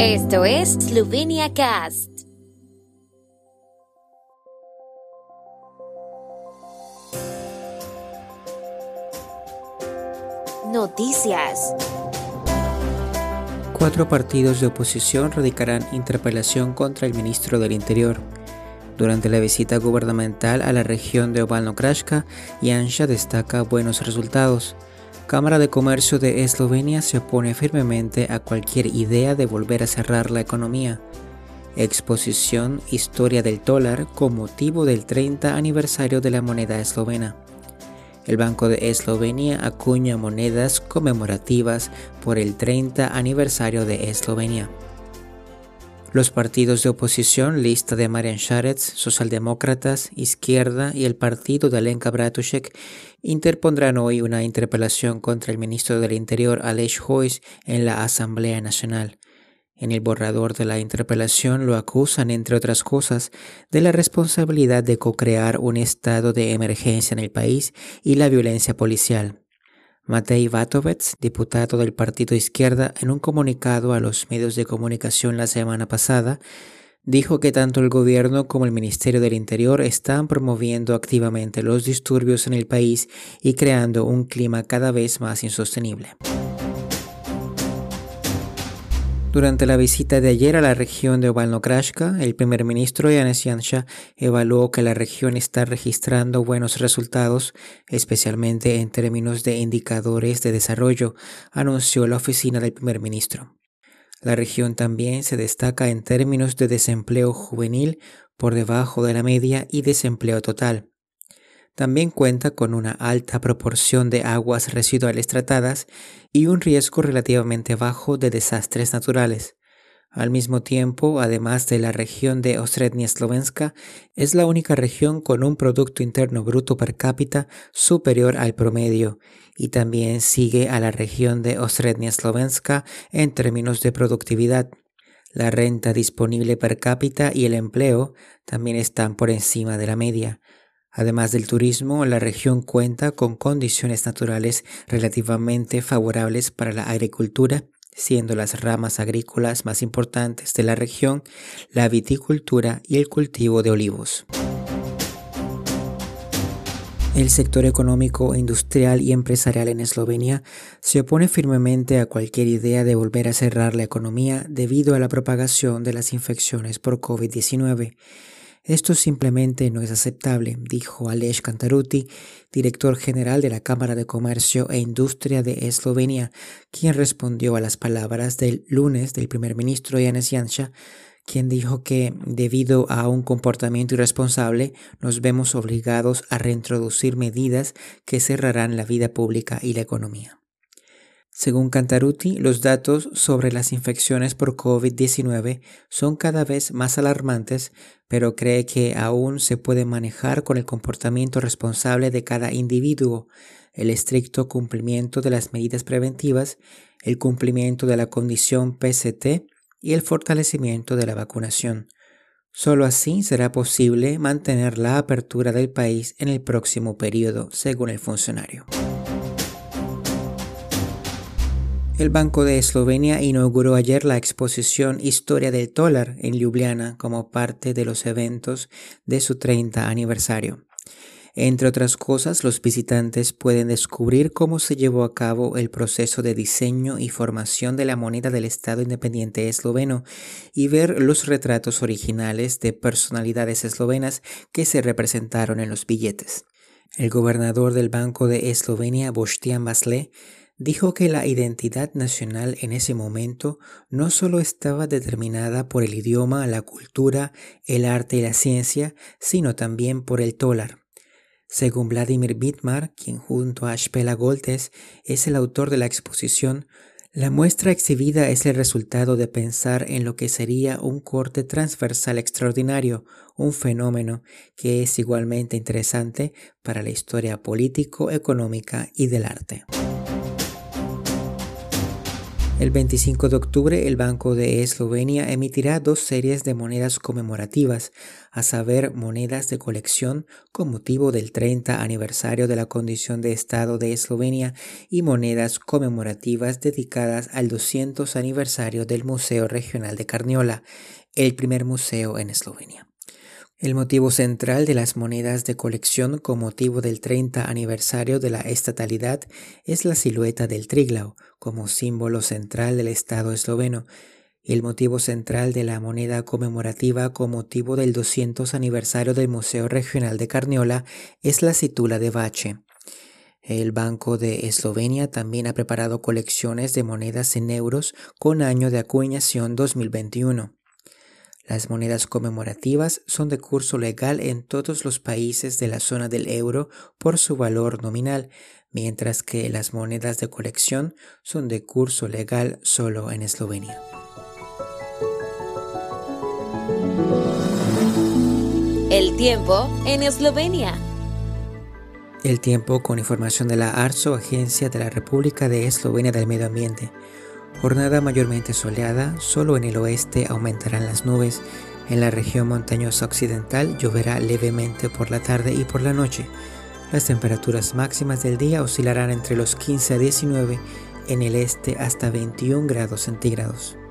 Esto es Slovenia Cast. Noticias. 4 partidos de oposición radicarán interpelación contra el ministro del Interior. Durante la visita gubernamental a la región de Obalno Krška, Janša destaca buenos resultados. Cámara de Comercio de Eslovenia se opone firmemente a cualquier idea de volver a cerrar la economía. Exposición Historia del dólar con motivo del 30 aniversario de la moneda eslovena. El Banco de Eslovenia acuña monedas conmemorativas por el 30 aniversario de Eslovenia. Los partidos de oposición, lista de Marjan Šarec, Socialdemócratas, Izquierda y el partido de Alenka Bratušek, interpondrán hoy una interpelación contra el ministro del Interior Aleš Hojs en la Asamblea Nacional. En el borrador de la interpelación lo acusan, entre otras cosas, de la responsabilidad de co-crear un estado de emergencia en el país y la violencia policial. Matej Vatovec, diputado del Partido Izquierda, en un comunicado a los medios de comunicación la semana pasada, dijo que tanto el gobierno como el Ministerio del Interior están promoviendo activamente los disturbios en el país y creando un clima cada vez más insostenible. Durante la visita de ayer a la región de Obalno Krška, el primer ministro Janez Janša evaluó que la región está registrando buenos resultados, especialmente en términos de indicadores de desarrollo, anunció la oficina del primer ministro. La región también se destaca en términos de desempleo juvenil por debajo de la media y desempleo total. También cuenta con una alta proporción de aguas residuales tratadas y un riesgo relativamente bajo de desastres naturales. Al mismo tiempo, además de la región de Osrednja Slovenska, es la única región con un Producto Interno Bruto per cápita superior al promedio y también sigue a la región de Osrednja Slovenska en términos de productividad. La renta disponible per cápita y el empleo también están por encima de la media. Además del turismo, la región cuenta con condiciones naturales relativamente favorables para la agricultura, siendo las ramas agrícolas más importantes de la región la viticultura y el cultivo de olivos. El sector económico, industrial y empresarial en Eslovenia se opone firmemente a cualquier idea de volver a cerrar la economía debido a la propagación de las infecciones por COVID-19. Esto simplemente no es aceptable, dijo Aleš Kantaruti, director general de la Cámara de Comercio e Industria de Eslovenia, quien respondió a las palabras del lunes del primer ministro Janez Janša, quien dijo que, debido a un comportamiento irresponsable, nos vemos obligados a reintroducir medidas que cerrarán la vida pública y la economía. Según Kantaruti, los datos sobre las infecciones por COVID-19 son cada vez más alarmantes, pero cree que aún se puede manejar con el comportamiento responsable de cada individuo, el estricto cumplimiento de las medidas preventivas, el cumplimiento de la condición PCT y el fortalecimiento de la vacunación. Solo así será posible mantener la apertura del país en el próximo periodo, según el funcionario. El Banco de Eslovenia inauguró ayer la exposición Historia del dólar en Ljubljana como parte de los eventos de su 30 aniversario. Entre otras cosas, los visitantes pueden descubrir cómo se llevó a cabo el proceso de diseño y formación de la moneda del Estado Independiente esloveno y ver los retratos originales de personalidades eslovenas que se representaron en los billetes. El gobernador del Banco de Eslovenia, Boštjan Vasle, dijo que la identidad nacional en ese momento no solo estaba determinada por el idioma, la cultura, el arte y la ciencia, sino también por el dólar. Según Vladimir Vidmar, quien junto a Špela Goltes es el autor de la exposición, la muestra exhibida es el resultado de pensar en lo que sería un corte transversal extraordinario, un fenómeno que es igualmente interesante para la historia político, económica y del arte. El 25 de octubre, el Banco de Eslovenia emitirá 2 series de monedas conmemorativas, a saber, monedas de colección con motivo del 30 aniversario de la condición de Estado de Eslovenia y monedas conmemorativas dedicadas al 200 aniversario del Museo Regional de Carniola, el primer museo en Eslovenia. El motivo central de las monedas de colección con motivo del 30 aniversario de la estatalidad es la silueta del Triglav como símbolo central del Estado esloveno. El motivo central de la moneda conmemorativa con motivo del 200 aniversario del Museo Regional de Carniola es la citula de Vache. El Banco de Eslovenia también ha preparado colecciones de monedas en euros con año de acuñación 2021. Las monedas conmemorativas son de curso legal en todos los países de la zona del euro por su valor nominal, mientras que las monedas de colección son de curso legal solo en Eslovenia. El tiempo en Eslovenia. El tiempo con información de la ARSO, Agencia de la República de Eslovenia del Medio Ambiente. Jornada mayormente soleada, solo en el oeste aumentarán las nubes. En la región montañosa occidental lloverá levemente por la tarde y por la noche. Las temperaturas máximas del día oscilarán entre los 15 a 19, en el este hasta 21 grados centígrados.